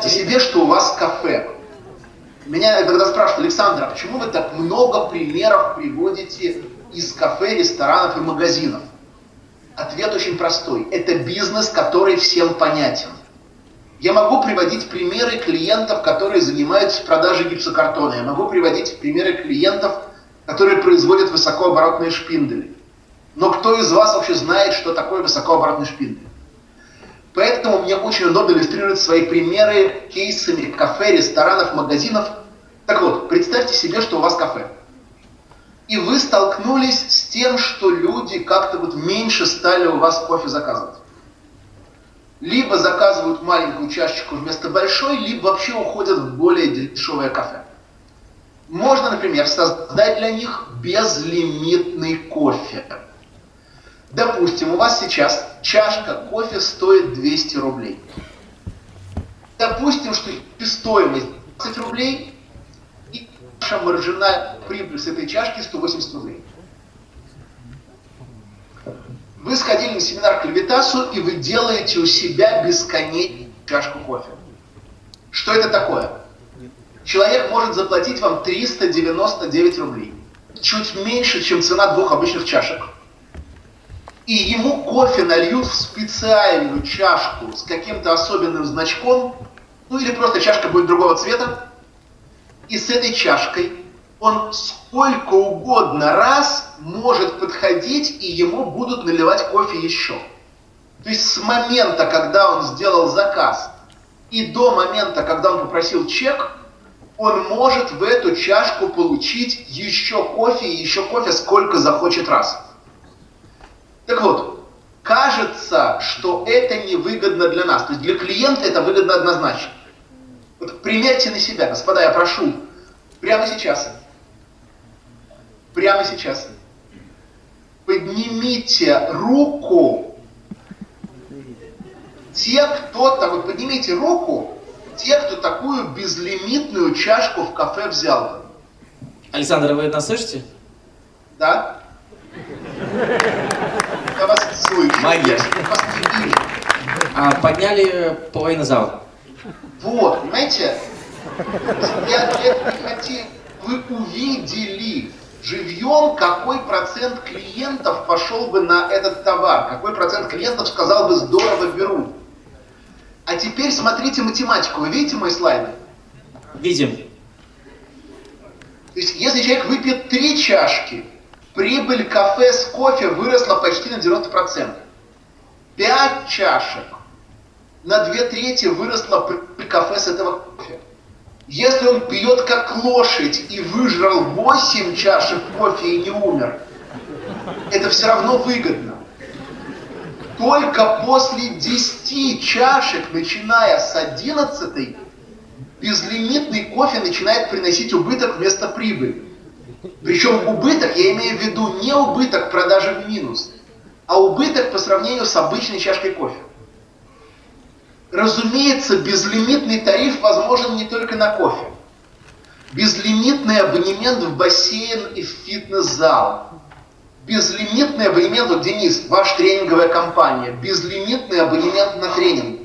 Представьте себе, что у вас кафе. Меня иногда спрашивают: Александр, а почему вы так много примеров приводите из кафе, ресторанов и магазинов? Ответ очень простой. Это бизнес, который всем понятен. Я могу приводить примеры клиентов, которые занимаются продажей гипсокартона. Я могу приводить примеры клиентов, которые производят высокооборотные шпиндели. Но кто из вас вообще знает, что такое высокооборотный шпиндель? Поэтому мне очень удобно иллюстрировать свои примеры кейсами кафе, ресторанов, магазинов. Так вот, представьте себе, что у вас кафе. И вы столкнулись с тем, что люди как-то вот меньше стали у вас кофе заказывать. Либо заказывают маленькую чашечку вместо большой, либо вообще уходят в более дешевое кафе. Можно, например, создать для них безлимитный кофе. Допустим, у вас сейчас чашка кофе стоит 200 рублей. Допустим, что стоимость 20 рублей и ваша маржинальная прибыль с этой чашки 180 рублей. Вы сходили на семинар к Левитасу, и вы делаете у себя бесконечную чашку кофе. Что это такое? Человек может заплатить вам 399 рублей. Чуть меньше, чем цена 2 обычных чашек. И ему кофе нальют в специальную чашку с каким-то особенным значком, ну или просто чашка будет другого цвета. И с этой чашкой он сколько угодно раз может подходить, и ему будут наливать кофе еще. То есть с момента, когда он сделал заказ, и до момента, когда он попросил чек, он может в эту чашку получить еще кофе, и еще кофе сколько захочет раз. Так вот, кажется, что это невыгодно для нас. То есть для клиента это выгодно однозначно. Вот примерьте на себя, господа, я прошу, прямо сейчас, поднимите руку те, кто такую безлимитную чашку в кафе взял. Александр, вы нас слышите? Да. Я вас слышу. Магия. Я вас не вижу. Подняли половину зала. Вот, понимаете? Я это не хотел. Вы увидели живьем, какой процент клиентов пошел бы на этот товар, какой процент клиентов сказал бы: здорово, беру. А теперь смотрите математику. Вы видите мои слайды? Видим. То есть, если человек выпьет 3 чашки, прибыль кафе с кофе выросла почти на 90%. 5 чашек, на 2/3 выросла прибыль кафе с этого кофе. Если он пьет как лошадь и выжрал 8 чашек кофе и не умер, это все равно выгодно. Только после 10 чашек, начиная с 11, безлимитный кофе начинает приносить убыток вместо прибыли. Причем убыток, я имею в виду не убыток продажи в минус, а убыток по сравнению с обычной чашкой кофе. Разумеется, безлимитный тариф возможен не только на кофе. Безлимитный абонемент в бассейн и в фитнес-зал. Безлимитный абонемент, вот, Денис, ваша тренинговая компания, безлимитный абонемент на тренинг.